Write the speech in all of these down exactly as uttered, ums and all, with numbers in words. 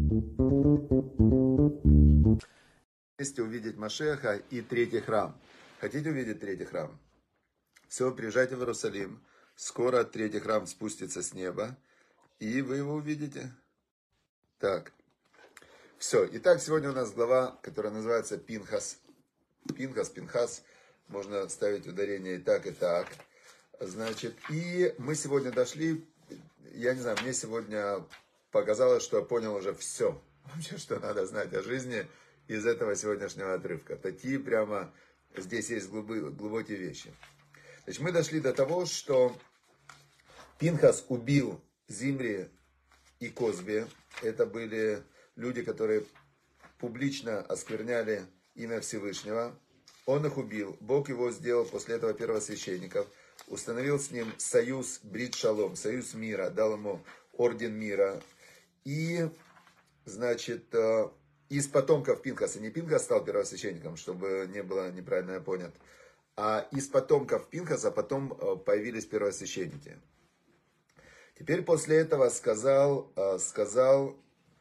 Вместе увидеть Машеха и третий храм. Хотите увидеть третий храм? Все, приезжайте в Иерусалим. Скоро третий храм спустится с неба. И вы его увидите. Так. Все. Итак, сегодня у нас глава, которая называется Пинхас. Пинхас, Пинхас. Можно ставить ударение и так, и так. Значит, и мы сегодня дошли, я не знаю, мне сегодня показалось, что я понял уже все. Вообще, что надо знать о жизни из этого сегодняшнего отрывка. Такие прямо, здесь есть глубокие вещи. Значит, мы дошли до того, что Пинхас убил Зимри и Козби. Это были люди, которые публично оскверняли имя Всевышнего. Он их убил. Бог его сделал после этого первосвященников. Установил с ним союз Брит Шалом, союз мира. Дал ему орден мира. И, значит, из потомков Пинхаса, не Пинхас стал первосвященником, чтобы не было неправильно понято, а из потомков Пинхаса потом появились первосвященники. Теперь после этого сказал, сказал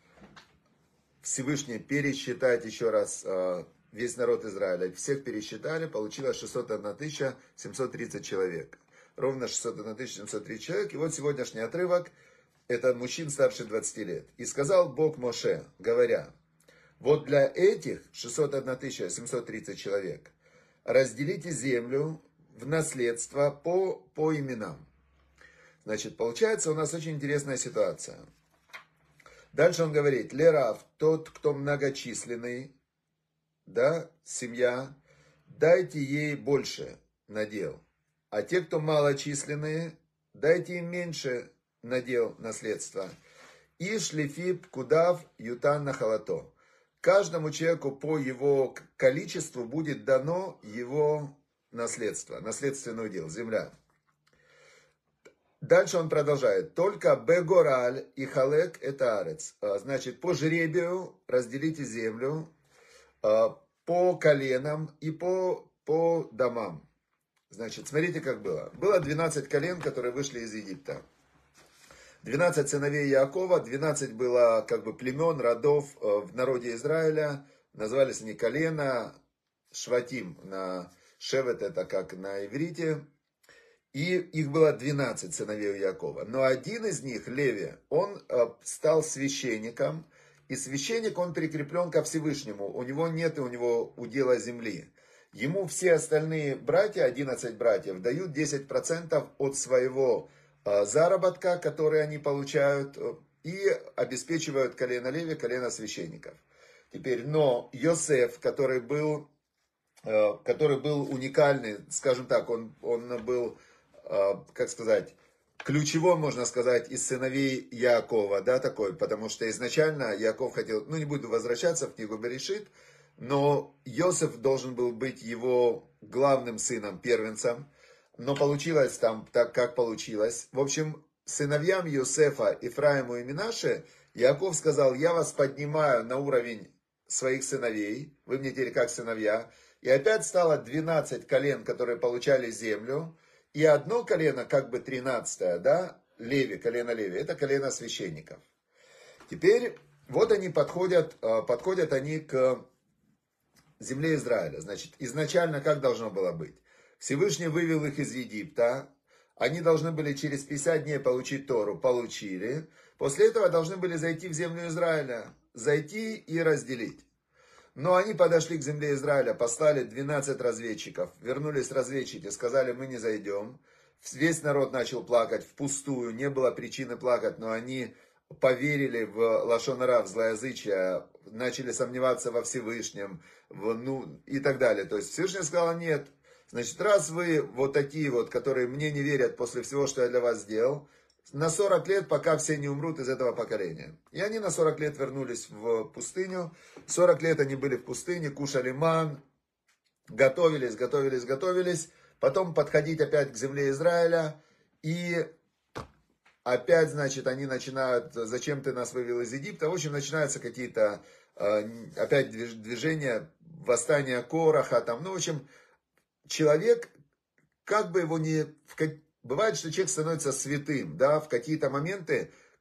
Всевышний пересчитать еще раз весь народ Израиля. Всех пересчитали, получилось шестьсот одна тысяча семьсот тридцать человек. Ровно шестьсот одна тысяча семьсот тридцать человек. И вот сегодняшний отрывок, это мужчин старше двадцати лет. «И сказал Бог Моше, говоря, вот для этих шестьсот одна тысяча семьсот тридцать человек разделите землю в наследство по, по именам». Значит, получается у нас очень интересная ситуация. Дальше он говорит, Лерав, тот, кто многочисленный, да, семья, дайте ей больше надел. А те, кто малочисленные, дайте им меньше надел наследства. И шлифип кудав ютан нахалато. Каждому человеку по его количеству будет дано его наследство, наследственный удел, земля. Дальше он продолжает. Только бегораль и халек это арец. Значит, по жребию разделите землю по коленам и по, по домам. Значит, смотрите, как было. Было двенадцать колен, которые вышли из Египта. двенадцать сыновей Яакова, двенадцать было как бы племен, родов в народе Израиля. Назывались они колена, шватим, на шевет это как на иврите. И их было двенадцать сыновей у Яакова. Но один из них, Леви, он стал священником. И священник, он прикреплен ко Всевышнему. У него нет у него удела земли. Ему все остальные братья, одиннадцать братьев, дают десять процентов от своего заработка, который они получают, и обеспечивают колено Леви, колено священников. Теперь, но Йосеф, который был, который был уникальный, скажем так, он, он был, как сказать, ключевой, можно сказать, из сыновей Яакова, да, такой, потому что изначально Яаков хотел, ну, не буду возвращаться в книгу Берешит, но Йосеф должен был быть его главным сыном, первенцем, но получилось там так, как получилось. В общем, сыновьям Йосефа, Ифраиму и Минаше, Яаков сказал, я вас поднимаю на уровень своих сыновей, вы мне теперь как сыновья, и опять стало двенадцать колен, которые получали землю, и одно колено, как бы тринадцатое, да, Леви, колено Леви, это колено священников. Теперь вот они подходят, подходят они к земле Израиля. Значит, изначально как должно было быть? Всевышний вывел их из Египта, они должны были через пятьдесят дней получить Тору, получили. После этого должны были зайти в землю Израиля, зайти и разделить. Но они подошли к земле Израиля, послали двенадцать разведчиков, вернулись разведчики, сказали, мы не зайдем. Весь народ начал плакать впустую, не было причины плакать, но они поверили в лашон ара, в злоязычие, начали сомневаться во Всевышнем, в, ну и так далее. То есть Всевышний сказал, нет, значит, раз вы вот такие вот, которые мне не верят после всего, что я для вас сделал, на сорок лет, пока все не умрут из этого поколения. И они на сорок лет вернулись в пустыню. сорок лет они были в пустыне, кушали ман, готовились, готовились, готовились. Потом подходить опять к земле Израиля. И опять, значит, они начинают, зачем ты нас вывел из Египта. В общем, начинаются какие-то опять движения, восстания Кораха. Там. Ну, в общем, человек, как бы его ни... Бывает, что человек становится святым, да, в какие-то моменты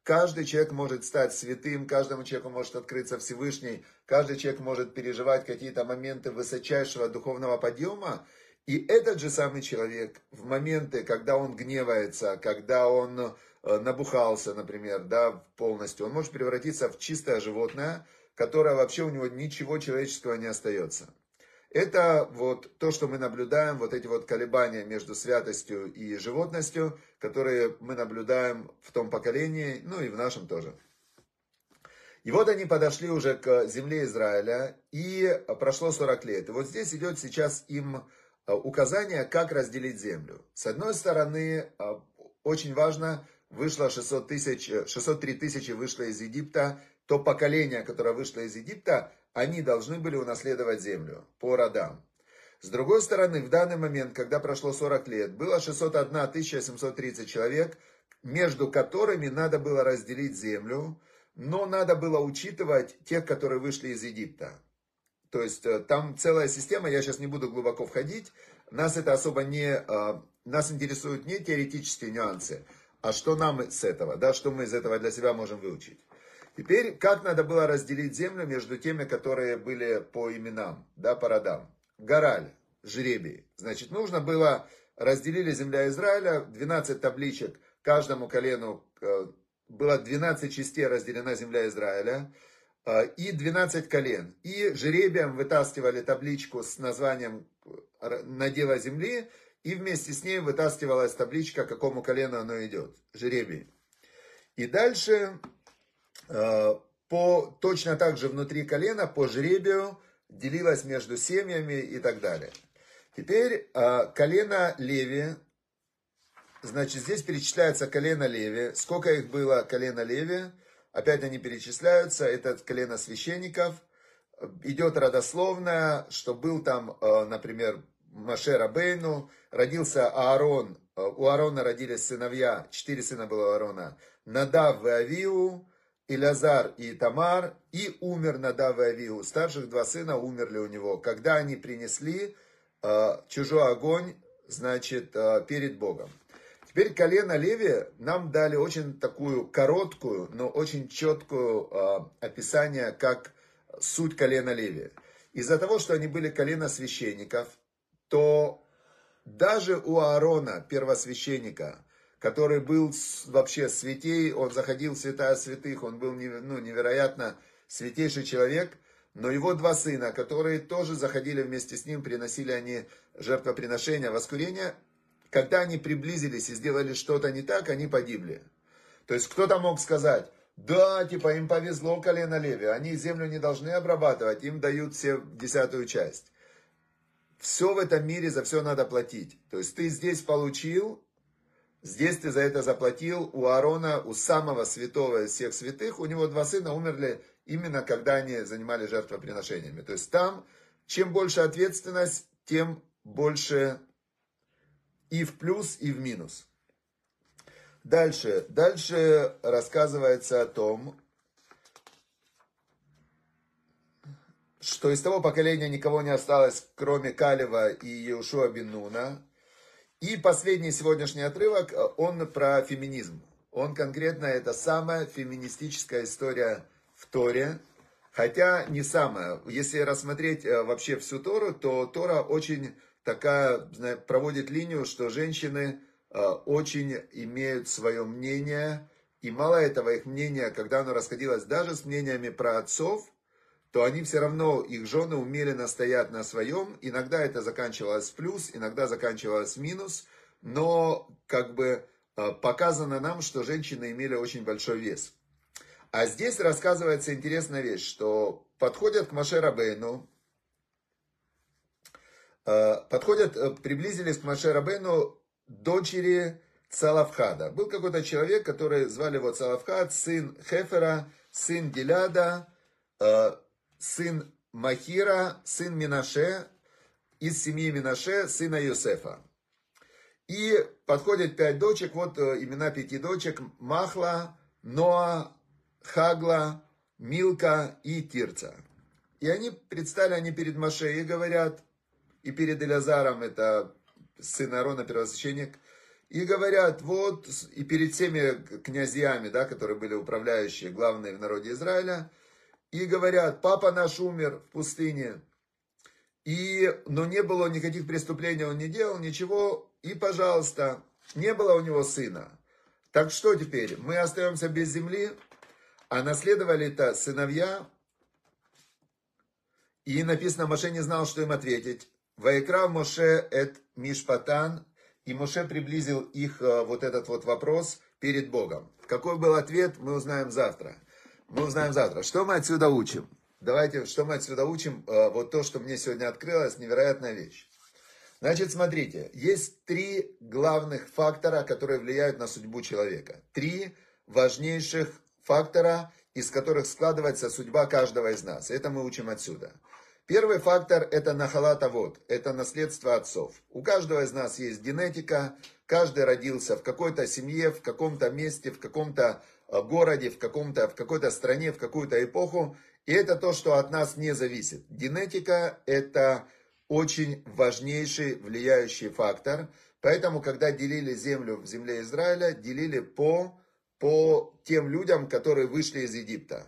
каждый человек может стать святым, каждому человеку может открыться Всевышний, каждый человек может переживать какие-то моменты высочайшего духовного подъема. И этот же самый человек в моменты, когда он гневается, когда он набухался, например, да, полностью, он может превратиться в чистое животное, которое вообще у него ничего человеческого не остается. Это вот то, что мы наблюдаем, вот эти вот колебания между святостью и животностью, которые мы наблюдаем в том поколении, ну и в нашем тоже. И вот они подошли уже к земле Израиля, и прошло сорок лет. И вот здесь идет сейчас им указание, как разделить землю. С одной стороны, очень важно, вышло шестьсот тысяч, шестьсот три тысячи вышло из Египта, то поколение, которое вышло из Египта, они должны были унаследовать землю по родам. С другой стороны, в данный момент, когда прошло сорок лет, было шестьсот одна тысяча семьсот тридцать человек, между которыми надо было разделить землю, но надо было учитывать тех, которые вышли из Египта. То есть там целая система, я сейчас не буду глубоко входить, нас это особо не, нас интересуют не теоретические нюансы, а что нам с этого, да, что мы из этого для себя можем выучить. Теперь, как надо было разделить землю между теми, которые были по именам, да, по родам. Гораль, жребий. Значит, нужно было, разделили земля Израиля, двенадцать табличек, каждому колену, было двенадцать частей разделена земля Израиля, и двенадцать колен. И жребием вытаскивали табличку с названием надела земли, и вместе с ней вытаскивалась табличка, к какому колену оно идет. Жребий. И дальше... По, точно так же внутри колена по жребию делилось между семьями и так далее. Теперь колено Леви, значит, здесь перечисляется колено Леви. Сколько их было колено Леви? Опять они перечисляются. Это колено священников. Идет родословная, что был там, например, Моше Рабейну, родился Аарон. У Аарона родились сыновья, четыре сына было у Аарона. Надав и Авиу, Илязар и Тамар, и умер Надав и Авиу. Старших два сына умерли у него, когда они принесли э, чужой огонь, значит, э, перед Богом. Теперь колено Леви нам дали очень такую короткую, но очень четкую э, описание, как суть колена Леви. Из-за того, что они были колено священников, то даже у Аарона, первосвященника, который был вообще святей, он заходил в святая святых, он был ну, невероятно святейший человек, но его два сына, которые тоже заходили вместе с ним, приносили они жертвоприношения, воскурения, когда они приблизились и сделали что-то не так, они погибли. То есть кто-то мог сказать, да, типа им повезло колено Леви, они землю не должны обрабатывать, им дают все десятую часть. Все в этом мире, за все надо платить. То есть ты здесь получил, здесь ты за это заплатил. У Аарона, у самого святого из всех святых, у него два сына умерли именно когда они занимались жертвоприношениями. То есть там, чем больше ответственность, тем больше и в плюс, и в минус. Дальше, дальше рассказывается о том, что из того поколения никого не осталось, кроме Калева и Иешуа бен Нуна. И последний сегодняшний отрывок, он про феминизм. Он конкретно, это самая феминистическая история в Торе. Хотя не самая. Если рассмотреть вообще всю Тору, то Тора очень такая, проводит линию, что женщины очень имеют свое мнение. И мало этого, их мнение, когда оно расходилось даже с мнениями про отцов, то они все равно, их жены умеренно стоят на своем. Иногда это заканчивалось в плюс, иногда заканчивалось в минус. Но как бы показано нам, что женщины имели очень большой вес. А здесь рассказывается интересная вещь, что подходят к Моше Рабейну, подходят, приблизились к Моше Рабейну дочери Цалавхада. Был какой-то человек, который звали его Цалавхад, сын Хефера, сын Гиляда, сын Махира, сын Минаше, из семьи Минаше, сына Йосефа. И подходят пять дочек, вот имена пяти дочек: Махла, Ноа, Хагла, Милка и Тирца. И они предстали они перед Моше и говорят, и перед Элязаром, это сын Аарона, первосвященник, И говорят, вот, и перед всеми князьями, да, которые были управляющие, главные в народе Израиля, и говорят, папа наш умер в пустыне, и, но не было никаких преступлений, он не делал ничего, и, пожалуйста, не было у него сына. Так что теперь? Мы остаемся без земли, а наследовали-то сыновья, и написано, Моше не знал, что им ответить. Ваикрав Моше эт Мишпатан, и Моше приблизил их вот этот вот вопрос перед Богом. Какой был ответ, мы узнаем завтра. Мы узнаем завтра. Что мы отсюда учим? Давайте, что мы отсюда учим? Вот то, что мне сегодня открылось, невероятная вещь. Значит, смотрите, есть три главных фактора, которые влияют на судьбу человека. Три важнейших фактора, из которых складывается судьба каждого из нас. Это мы учим отсюда. Первый фактор – это нахалат авот, это наследство отцов. У каждого из нас есть генетика, каждый родился в какой-то семье, в каком-то месте, в каком-то городе, в, каком-то, в какой-то стране, в какую-то эпоху. И это то, что от нас не зависит. Генетика – это очень важнейший влияющий фактор. Поэтому, когда делили землю в земле Израиля, делили по, по тем людям, которые вышли из Египта.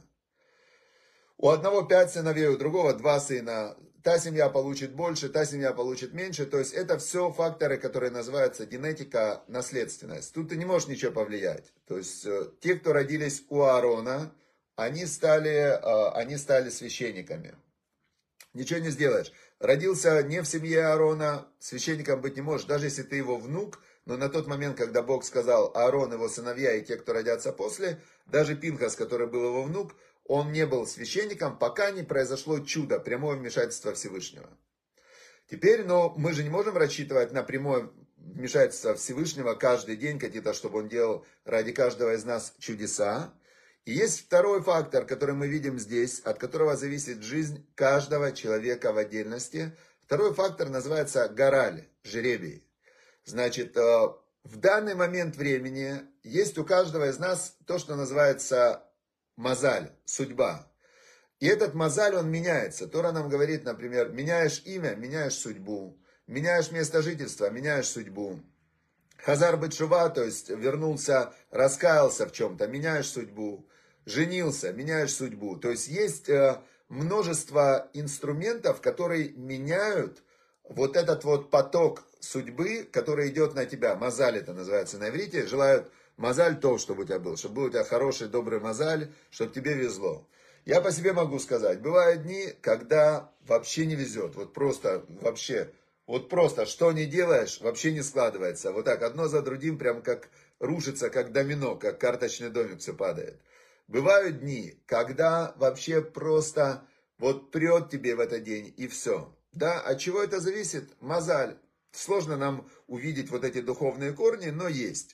У одного пять сыновей, у другого два сына. Та семья получит больше, та семья получит меньше. То есть это все факторы, которые называются генетика, наследственность. Тут ты не можешь ничего повлиять. То есть те, кто родились у Аарона, они стали, они стали священниками. Ничего не сделаешь. Родился не в семье Аарона, священником быть не можешь. Даже если ты его внук, но на тот момент, когда Бог сказал Аарон, его сыновья и те, кто родятся после, даже Пинхас, который был его внук, он не был священником, пока не произошло чудо, прямое вмешательство Всевышнего. Теперь, но мы же не можем рассчитывать на прямое вмешательство Всевышнего каждый день, какие-то, чтобы он делал ради каждого из нас чудеса. И есть второй фактор, который мы видим здесь, от которого зависит жизнь каждого человека в отдельности. Второй фактор называется гораль, жребий. Значит, в данный момент времени есть у каждого из нас то, что называется мазаль, судьба. И этот мазаль, он меняется. Тора нам говорит, например, меняешь имя, меняешь судьбу. Меняешь место жительства, меняешь судьбу. Хазар бетшува, то есть вернулся, раскаялся в чем-то, меняешь судьбу. Женился, меняешь судьбу. То есть есть множество инструментов, которые меняют вот этот вот поток судьбы, который идет на тебя. Мазаль это называется на иврите. Желают мазаль то, чтобы у тебя был. Чтобы был у тебя хороший, добрый мазаль, чтобы тебе везло. Я по себе могу сказать. Бывают дни, когда вообще не везет. Вот просто, вообще, вот просто, что не делаешь, вообще не складывается. Вот так, одно за другим, прям как рушится, как домино, как карточный домик все падает. Бывают дни, когда вообще просто вот прет тебе в этот день и все. Да, от чего это зависит? Мазаль. Сложно нам увидеть вот эти духовные корни, но есть.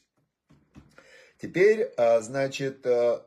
Теперь, значит,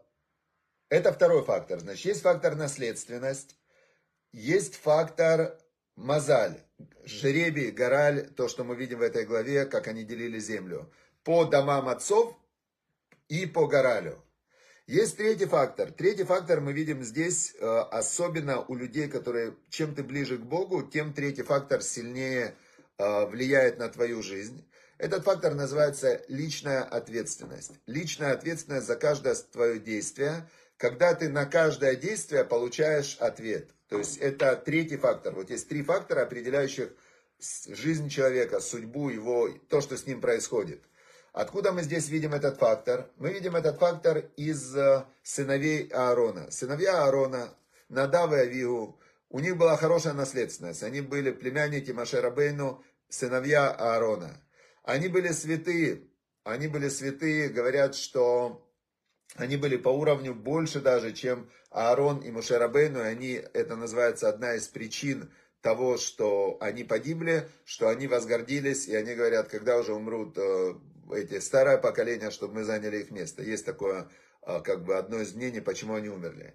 это второй фактор. Значит, есть фактор наследственность, есть фактор мазаль, жребий, гораль, то, что мы видим в этой главе, как они делили землю, по домам отцов и по горалю. Есть третий фактор. Третий фактор мы видим здесь, особенно у людей, которые, чем ты ближе к Богу, тем третий фактор сильнее влияет на твою жизнь. Этот фактор называется личная ответственность. Личная ответственность за каждое твое действие, когда ты на каждое действие получаешь ответ. То есть это третий фактор. Вот есть три фактора, определяющих жизнь человека, судьбу его, то, что с ним происходит. Откуда мы здесь видим этот фактор? Мы видим этот фактор из сыновей Аарона. Сыновья Аарона, Надав и Авигу, у них была хорошая наследственность. Они были племянники Моше Рабейну, сыновья Аарона. Они были святые. Они были святые, говорят, что они были по уровню больше даже, чем Аарон и Моше Рабейну. И они, это называется одна из причин того, что они погибли, что они возгордились. И они говорят, когда уже умрут эти старое поколение, чтобы мы заняли их место. Есть такое, как бы, одно из мнений, почему они умерли.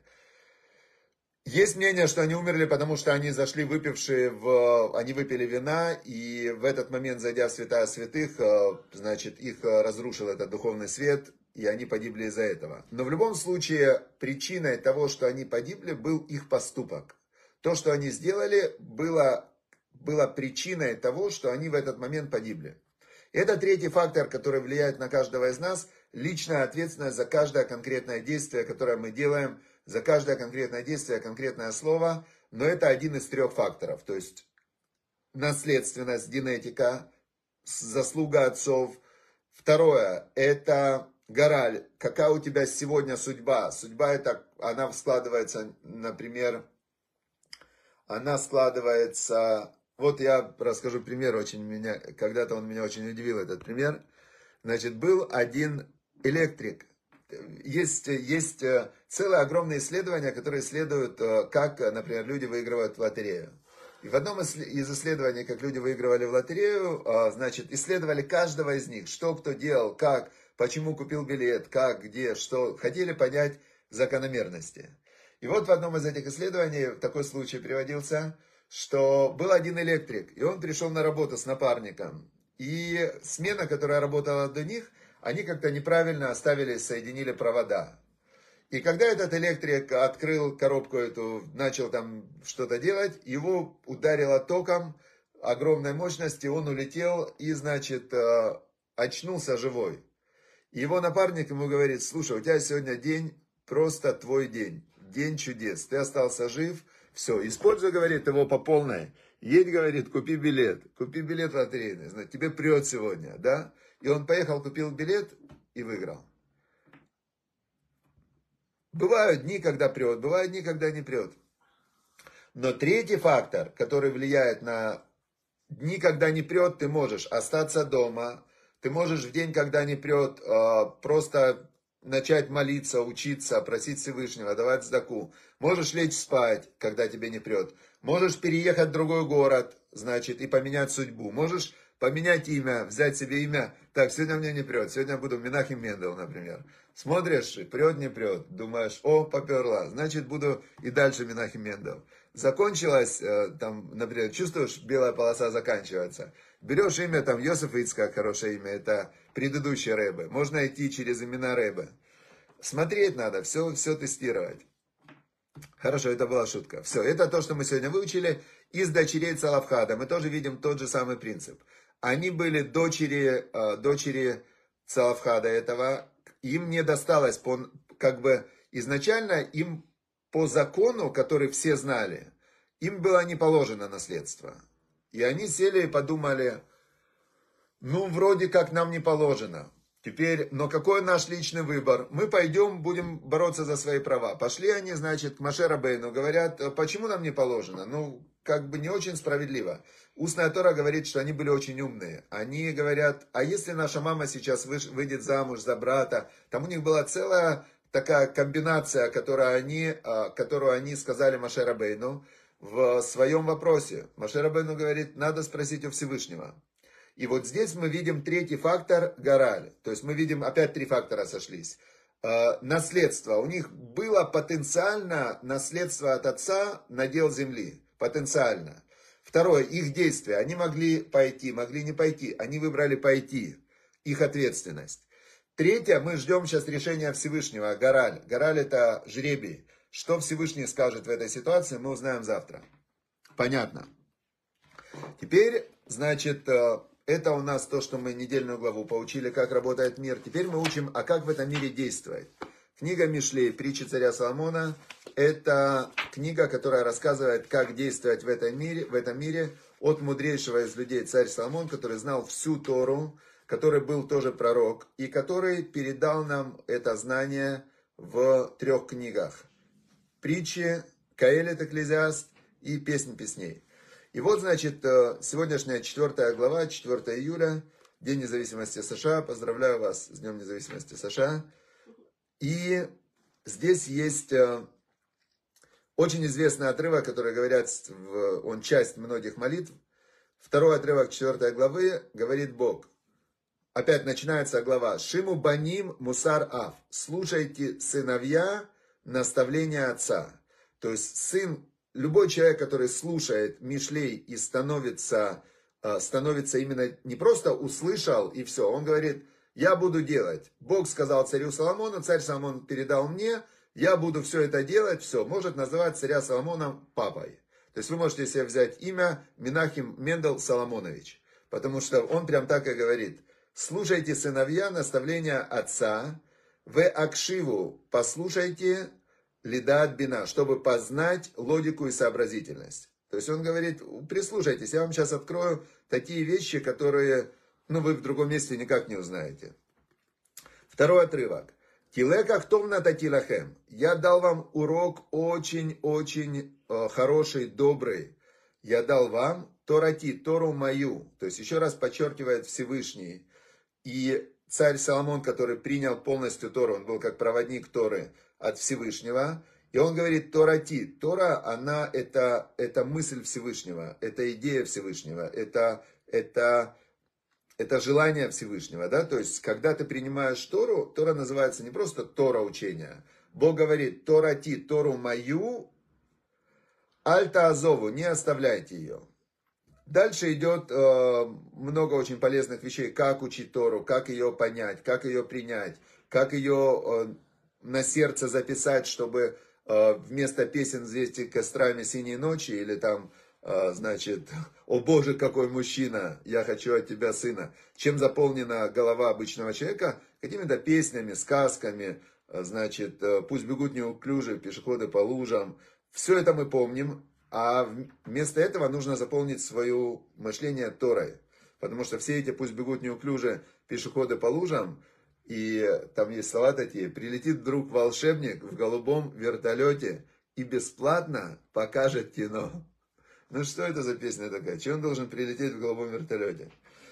Есть мнение, что они умерли, потому что они зашли выпившие, в, они выпили вина, и в этот момент, зайдя в святая святых, значит, их разрушил этот духовный свет, и они погибли из-за этого. Но в любом случае, причиной того, что они погибли, был их поступок. То, что они сделали, было, было причиной того, что они в этот момент погибли. Это третий фактор, который влияет на каждого из нас. Личная ответственность за каждое конкретное действие, которое мы делаем, за каждое конкретное действие, конкретное слово. Но это один из трех факторов. То есть наследственность, генетика, заслуга отцов. Второе, это гораль. Какая у тебя сегодня судьба? Судьба это, она складывается, например, она складывается... Вот я расскажу пример, очень меня, когда-то он меня очень удивил, этот пример. Значит, был один электрик. Есть, есть целое огромное исследование, которое исследует, как, например, люди выигрывают в лотерею. И в одном из исследований, как люди выигрывали в лотерею, значит, исследовали каждого из них, что кто делал, как, почему купил билет, как, где, что. Хотели понять закономерности. И вот в одном из этих исследований такой случай приводился, что был один электрик, и он пришел на работу с напарником. И смена, которая работала до них, они как-то неправильно оставили, соединили провода. И когда этот электрик открыл коробку эту, начал там что-то делать, его ударило током огромной мощности, он улетел и, значит, очнулся живой. И его напарник ему говорит: слушай, у тебя сегодня день, просто твой день, день чудес, ты остался жив, все, используй, говорит, его по полной, едь, говорит, купи билет, купи билет в лотерейный, значит, тебе прет сегодня, да? И он поехал, купил билет и выиграл. Бывают дни, когда прет, бывают дни, когда не прет. Но третий фактор, который влияет на дни, когда не прет, ты можешь остаться дома, ты можешь в день, когда не прет, просто начать молиться, учиться, просить Всевышнего, давать сдаку. Можешь лечь спать, когда тебе не прет. Можешь переехать в другой город, значит, и поменять судьбу. Можешь поменять имя, взять себе имя. Так, сегодня мне не прет, сегодня буду Менахем Мендел, например. Смотришь, прет, не прет. Думаешь, о, поперла, значит, буду и дальше Менахем Мендел. Закончилось, там, например, чувствуешь, белая полоса заканчивается. Берешь имя, там, Йосеф Ицхак, хорошее имя, это предыдущий рэбе. Можно идти через имена рэбе. Смотреть надо, все, все тестировать. Хорошо, это была шутка. Все, это то, что мы сегодня выучили. Из дочерей Цалавхада мы тоже видим тот же самый принцип. Они были дочери, дочери Цалавхада этого. Им не досталось, по, как бы изначально им по закону, который все знали, им было не положено наследство. И они сели и подумали, ну, вроде как нам не положено. Теперь, но какой наш личный выбор? Мы пойдем, будем бороться за свои права. Пошли они, значит, к Моше Рабейну, говорят, почему нам не положено? Ну, как бы не очень справедливо. Устная Тора говорит, что они были очень умные. Они говорят, а если наша мама сейчас выйдет замуж за брата? Там у них была целая такая комбинация, которую они, которую они сказали Моше Рабейну в своем вопросе. Моше Рабейну говорит, надо спросить у Всевышнего. И вот здесь мы видим третий фактор, гораль. То есть мы видим, опять три фактора сошлись. Э, наследство. У них было потенциально наследство от отца надел земли. Потенциально. Второе, их действия. Они могли пойти, могли не пойти. Они выбрали пойти. Их ответственность. Третье, мы ждем сейчас решения Всевышнего. Гораль. Гораль это жребий. Что Всевышний скажет в этой ситуации, мы узнаем завтра. Понятно. Теперь, значит... Это у нас то, что мы недельную главу поучили, как работает мир. Теперь мы учим, а как в этом мире действовать. Книга Мишлей, притчи царя Соломона, это книга, которая рассказывает, как действовать в этом мире, в этом мире от мудрейшего из людей царь Соломон, который знал всю Тору, который был тоже пророк, и который передал нам это знание в трех книгах. Притчи, Каэлит, Экклезиаст и Песнь песней. И вот, значит, сегодняшняя четвёртая глава, четвёртого июля, День независимости США. Поздравляю вас с Днем независимости США. И здесь есть очень известный отрывок, который говорят, он часть многих молитв. Второй отрывок четвёртой главы говорит Бог. Опять начинается глава. Шиму баним мусар ав. Слушайте, сыновья, наставления отца. То есть сын. Любой человек, который слушает Мишлей и становится, становится именно не просто услышал и все, он говорит, я буду делать. Бог сказал царю Соломону, царь Соломон передал мне, я буду все это делать, все, может называть царя Соломона папой. То есть вы можете себе взять имя Менахем Мендел Соломонович, потому что он прям так и говорит. Слушайте, сыновья, наставления отца, в акшиву, послушайте лидат бина, чтобы познать логику и сообразительность. То есть он говорит, прислушайтесь, я вам сейчас открою такие вещи, которые, ну, вы в другом месте никак не узнаете. Второй отрывок. Тилеках томна татилахем. Я дал вам урок очень-очень э, хороший, добрый. Я дал вам Торати, Тору мою. То есть еще раз подчеркивает Всевышний. И царь Соломон, который принял полностью Тору, он был как проводник Торы от Всевышнего. И он говорит Торати. Тора, она это, это мысль Всевышнего, это идея Всевышнего, это, это, это желание Всевышнего. Да? То есть, когда ты принимаешь Тору, Тора называется не просто Тора учения. Бог говорит Торати, Тору мою, альта азову, не оставляйте ее. Дальше идет э, много очень полезных вещей, как учить Тору, как ее понять, как ее принять, как ее э, на сердце записать, чтобы э, вместо песен «Взвесьте кострами синей ночи» или там, э, значит, «О Боже, какой мужчина, я хочу от тебя сына», чем заполнена голова обычного человека, какими-то песнями, сказками, э, значит, э, «Пусть бегут неуклюже пешеходы по лужам». Все это мы помним. А вместо этого нужно заполнить свое мышление Торой. Потому что все эти «пусть бегут неуклюже пешеходы по лужам», и там есть слова такие: «Прилетит вдруг волшебник в голубом вертолете и бесплатно покажет кино». Ну что это за песня такая? Чего он должен прилететь в голубом вертолете?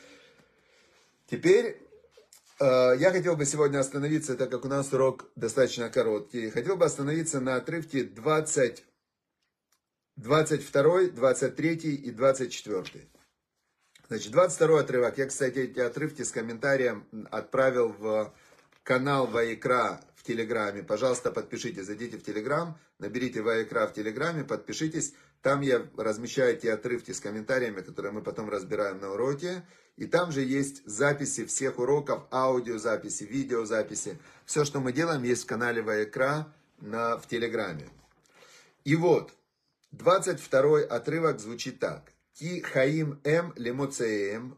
Теперь э, я хотел бы сегодня остановиться, так как у нас урок достаточно короткий, хотел бы остановиться на отрывке двадцать... двадцать второй, двадцать третий и двадцать четвёртый. Значит, двадцать второй отрывок. Я, кстати, эти отрывки с комментарием отправил в канал Ваикра в Телеграме. Пожалуйста, подпишитесь, зайдите в Телеграм, наберите Ваикра в Телеграме, подпишитесь. Там я размещаю эти отрывки с комментариями, которые мы потом разбираем на уроке. И там же есть записи всех уроков, аудиозаписи, видеозаписи. Все, что мы делаем, есть в канале Ваикра на, в Телеграме. И вот, двадцать второй отрывок звучит так. Ки хаим эм лемоцеем.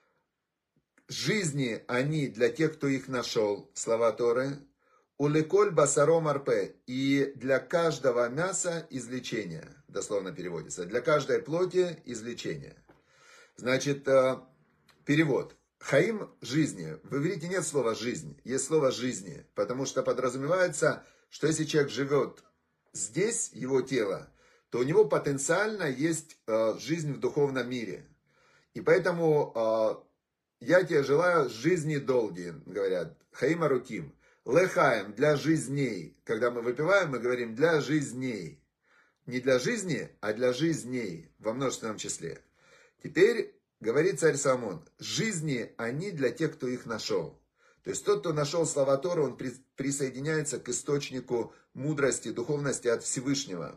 Жизни они для тех, кто их нашел. Слова Торы. Улеколь басаром арпе. И для каждого мяса излечение. Дословно переводится. Для каждой плоти излечение. Значит, перевод. Хаим – жизни. В иврите нет слова «жизнь». Есть слово «жизни». Потому что подразумевается, что если человек живет здесь, его тело, то у него потенциально есть э, жизнь в духовном мире. И поэтому э, я тебе желаю жизни долгие, говорят. Хаим аруким. Лехаем, для жизней. Когда мы выпиваем, мы говорим для жизней. Не для жизни, а для жизней. Во множественном числе. Теперь говорит царь Соломон. Жизни они для тех, кто их нашел. То есть тот, кто нашел слова Торы, он при, присоединяется к источнику мудрости, духовности от Всевышнего.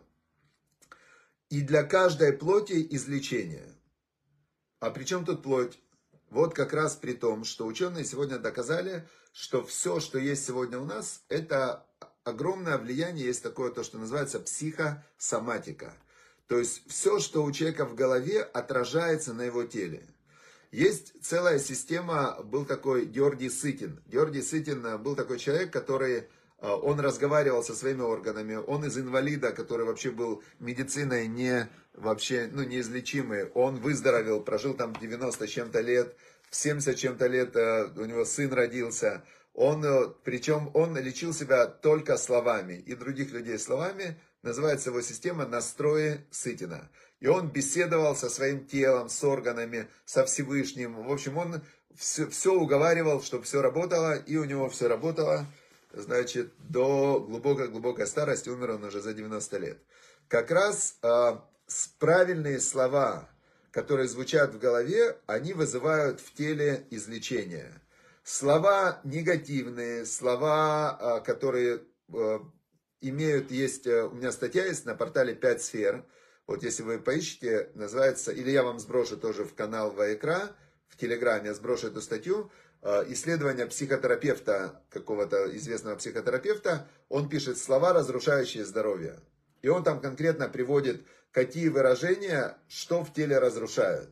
И для каждой плоти излечение. А при чем тут плоть? Вот как раз при том, что ученые сегодня доказали, что все, что есть сегодня у нас, это огромное влияние, есть такое, то, что называется психосоматика. То есть все, что у человека в голове, отражается на его теле. Есть целая система, был такой Георгий Сытин. Георгий Сытин был такой человек, который... Он разговаривал со своими органами, он из инвалида, который вообще был медициной не, вообще, ну, неизлечимый. Он выздоровел, прожил там девяносто с чем-то лет, в семьдесят с чем-то лет у него сын родился. Он, причем он лечил себя только словами и других людей словами. Называется его система «Настрои Сытина». И он беседовал со своим телом, с органами, со Всевышним. В общем, он все, все уговаривал, чтобы все работало, и у него все работало. Значит, до глубокой-глубокой старости, умер он уже за девяносто лет. Как раз э, правильные слова, которые звучат в голове, они вызывают в теле излечение. Слова негативные, слова, э, которые э, имеют, есть, э, у меня статья есть на портале пять сфер. Вот если вы поищите, называется, или я вам сброшу тоже в канал Ваикра, в Телеграме, я сброшу эту статью. Исследование психотерапевта, какого-то известного психотерапевта, он пишет слова, разрушающие здоровье. И он там конкретно приводит, какие выражения, что в теле разрушают.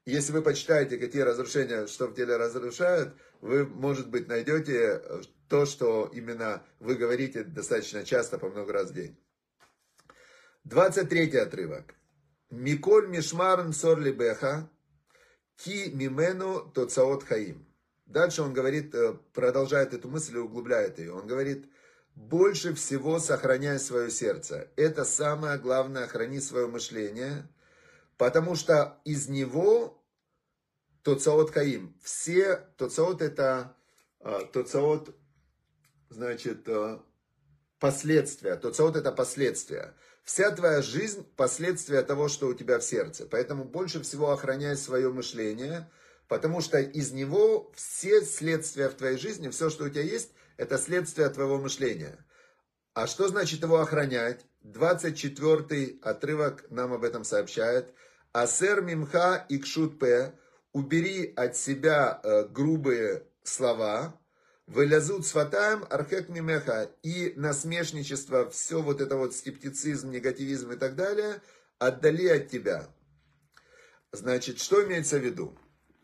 Если вы почитаете, какие разрушения, что в теле разрушают, вы, может быть, найдете то, что именно вы говорите достаточно часто, по много раз в день. двадцать третий отрывок. Миколь мишмарн сор либеха, ки мимену тоцаот хаим. Дальше он говорит, продолжает эту мысль и углубляет ее. Он говорит, больше всего сохраняй свое сердце. Это самое главное, храни свое мышление. Потому что из него тоцаот хаим. Все тоцаот это тоцаот, значит, последствия. Тоцаот это последствия. Вся твоя жизнь последствия того, что у тебя в сердце. Поэтому больше всего охраняй свое мышление. Потому что из него все следствия в твоей жизни, все, что у тебя есть, это следствие твоего мышления. А что значит его охранять? двадцать четвёртый отрывок нам об этом сообщает. Асер мимха икшут пе. Убери от себя э, грубые слова. Вылязут сватаем архек мимеха. И насмешничество, все вот это вот скептицизм, негативизм и так далее, отдали от тебя. Значит, что имеется в виду?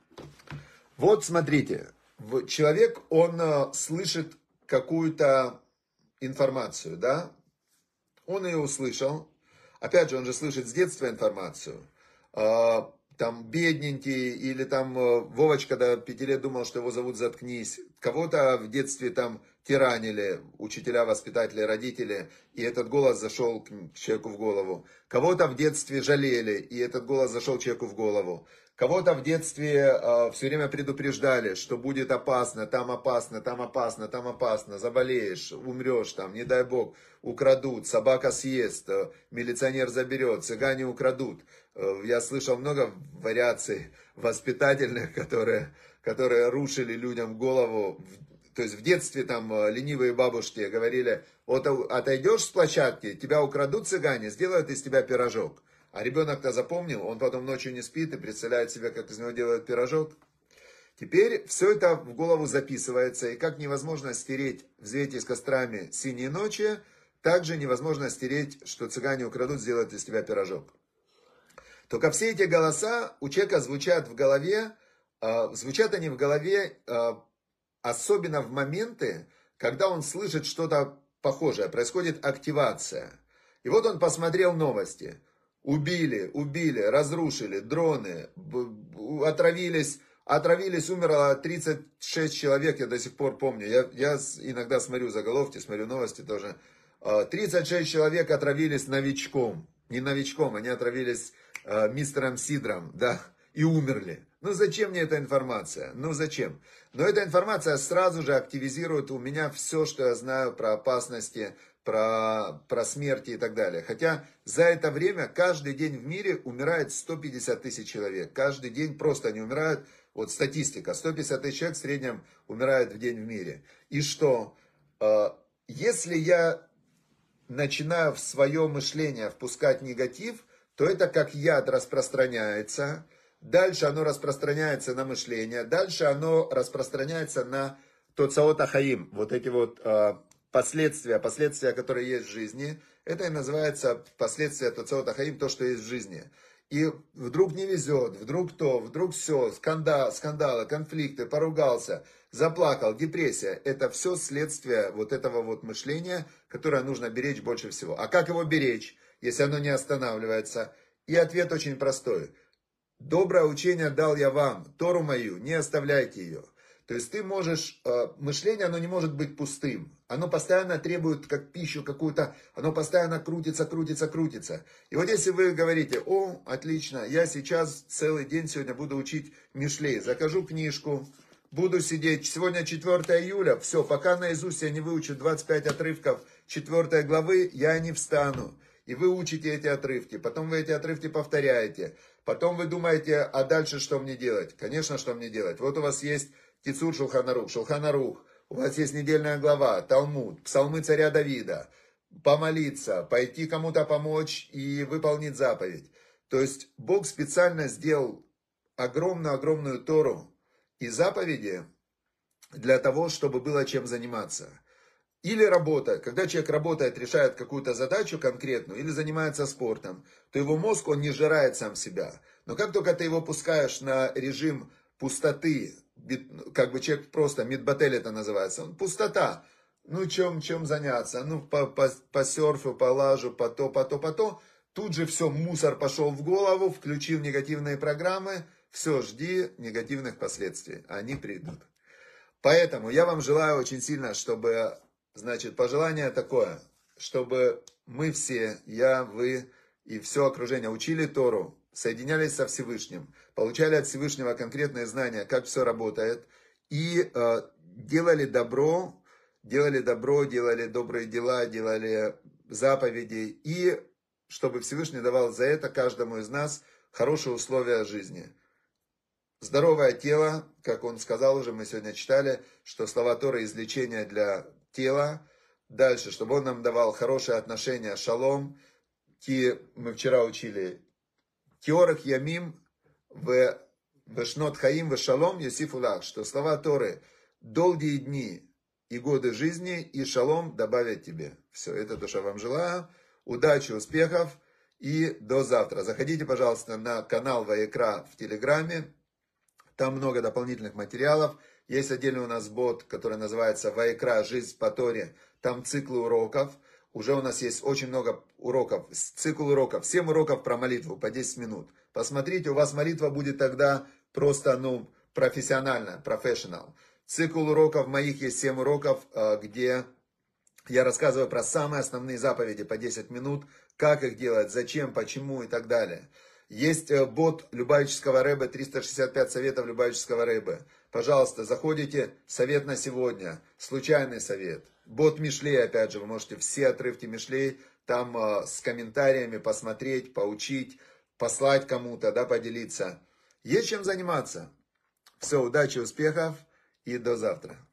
Вот смотрите, человек, он э, слышит какую-то информацию, да? Он ее услышал. Опять же, он же слышит с детства информацию. Э, там бедненький, или там э, Вовочка до пяти лет думал, что его зовут «Заткнись». Кого-то в детстве там тиранили, учителя, воспитатели, родители, и этот голос зашел к человеку в голову. Кого-то в детстве жалели, и этот голос зашел человеку в голову. Кого-то в детстве э, все время предупреждали, что будет опасно, там опасно, там опасно, там опасно, заболеешь, умрешь там, не дай бог, украдут, собака съест, э, милиционер заберет, цыгане украдут. Э, я слышал много вариаций воспитательных, которые, которые рушили людям голову. То есть в детстве там э, ленивые бабушки говорили, вот отойдешь с площадки, тебя украдут цыгане, сделают из тебя пирожок. А ребенок-то запомнил, он потом ночью не спит и представляет себе, как из него делают пирожок. Теперь все это в голову записывается, и как невозможно стереть «Взвейте с кострами синие ночи», также невозможно стереть, что цыгане украдут, сделают из тебя пирожок. Только все эти голоса у человека звучат в голове, э, звучат они в голове э, особенно в моменты, когда он слышит что-то похожее, происходит активация. И вот он посмотрел новости. Убили, убили, разрушили, дроны, отравились, отравились, умерло тридцать шесть человек, я до сих пор помню. Я, я иногда смотрю заголовки, смотрю новости тоже. тридцать шесть человек отравились новичком. Не новичком, они отравились э, мистером Сидром, да, и умерли. Ну зачем мне эта информация? Ну зачем? Но эта информация сразу же активизирует у меня все, что я знаю про опасности, про, про смерти и так далее. Хотя за это время каждый день в мире умирает сто пятьдесят тысяч человек. Каждый день просто они умирают. Вот статистика. сто пятьдесят тысяч человек в среднем умирает в день в мире. И что? Если я начинаю в свое мышление впускать негатив, то это как яд распространяется. Дальше оно распространяется на мышление. Дальше оно распространяется на тоцаот хаим. Вот эти вот последствия, последствия, которые есть в жизни. Это и называется последствия тоцаот хаим, то, что есть в жизни. И вдруг не везет, вдруг то, вдруг все, скандал, скандалы, конфликты, поругался, заплакал, депрессия. Это все следствие вот этого вот мышления, которое нужно беречь больше всего. А как его беречь, если оно не останавливается? И ответ очень простой. Доброе учение дал я вам, Тору мою, не оставляйте ее. То есть ты можешь, мышление, оно не может быть пустым. Оно постоянно требует как пищу какую-то, оно постоянно крутится, крутится, крутится. И вот если вы говорите, о, отлично, я сейчас целый день сегодня буду учить Мишлей, закажу книжку, буду сидеть, сегодня четвёртое июля, все, пока наизусть я не выучу двадцать пять отрывков четвёртой главы, я не встану. И вы учите эти отрывки, потом вы эти отрывки повторяете, потом вы думаете, а дальше что мне делать? Конечно, что мне делать? Вот у вас есть Кицур Шулхан Арух, Шулхан Арух, у вас есть недельная глава, Талмуд, псалмы царя Давида, помолиться, пойти кому-то помочь и выполнить заповедь. То есть Бог специально сделал огромную-огромную Тору и заповеди для того, чтобы было чем заниматься. Или работа. Когда человек работает, решает какую-то задачу конкретную, или занимается спортом, то его мозг, он не сжирает сам себя. Но как только ты его пускаешь на режим пустоты, как бы человек просто, мидбатель это называется, он пустота. Ну, чем, чем заняться? Ну, по, по, по серфу, по лажу, по то, по то, по то. Тут же все, мусор пошел в голову, включил негативные программы. Все, жди негативных последствий. Они придут. Поэтому я вам желаю очень сильно, чтобы, значит, пожелание такое, чтобы мы все, я, вы и все окружение учили Тору, соединялись со Всевышним, получали от Всевышнего конкретные знания, как все работает, и э, делали добро, делали добро, делали добрые дела, делали заповеди, и чтобы Всевышний давал за это каждому из нас хорошие условия жизни. Здоровое тело, как он сказал уже, мы сегодня читали, что слова Торы излечение для тела. Дальше, чтобы он нам давал хорошие отношения, шалом. Ки, мы вчера учили. Киорах ямим в шнот хаим в шалом йосифулах. Что слова Торы долгие дни и годы жизни и шалом добавят тебе. Все, это то, что я вам желаю. Удачи, успехов и до завтра. Заходите, пожалуйста, на канал Ваикра в Телеграме. Там много дополнительных материалов. Есть отдельный у нас бот, который называется Ваикра «Жизнь по Торе». Там циклы уроков. Уже у нас есть очень много уроков. Цикл уроков. семь уроков про молитву по десять минут. Посмотрите, у вас молитва будет тогда просто, ну, профессиональная, профессионал. Цикл уроков моих есть семь уроков, где я рассказываю про самые основные заповеди по десять минут. Как их делать, зачем, почему и так далее. Есть бот Любавического Рэбе, триста шестьдесят пять советов Любавического Рэбе. Пожалуйста, заходите, совет на сегодня, случайный совет. Бот Мишлей, опять же, вы можете все отрывки Мишлей там э, с комментариями посмотреть, поучить, послать кому-то, да, поделиться. Есть чем заниматься. Все, удачи, успехов и до завтра.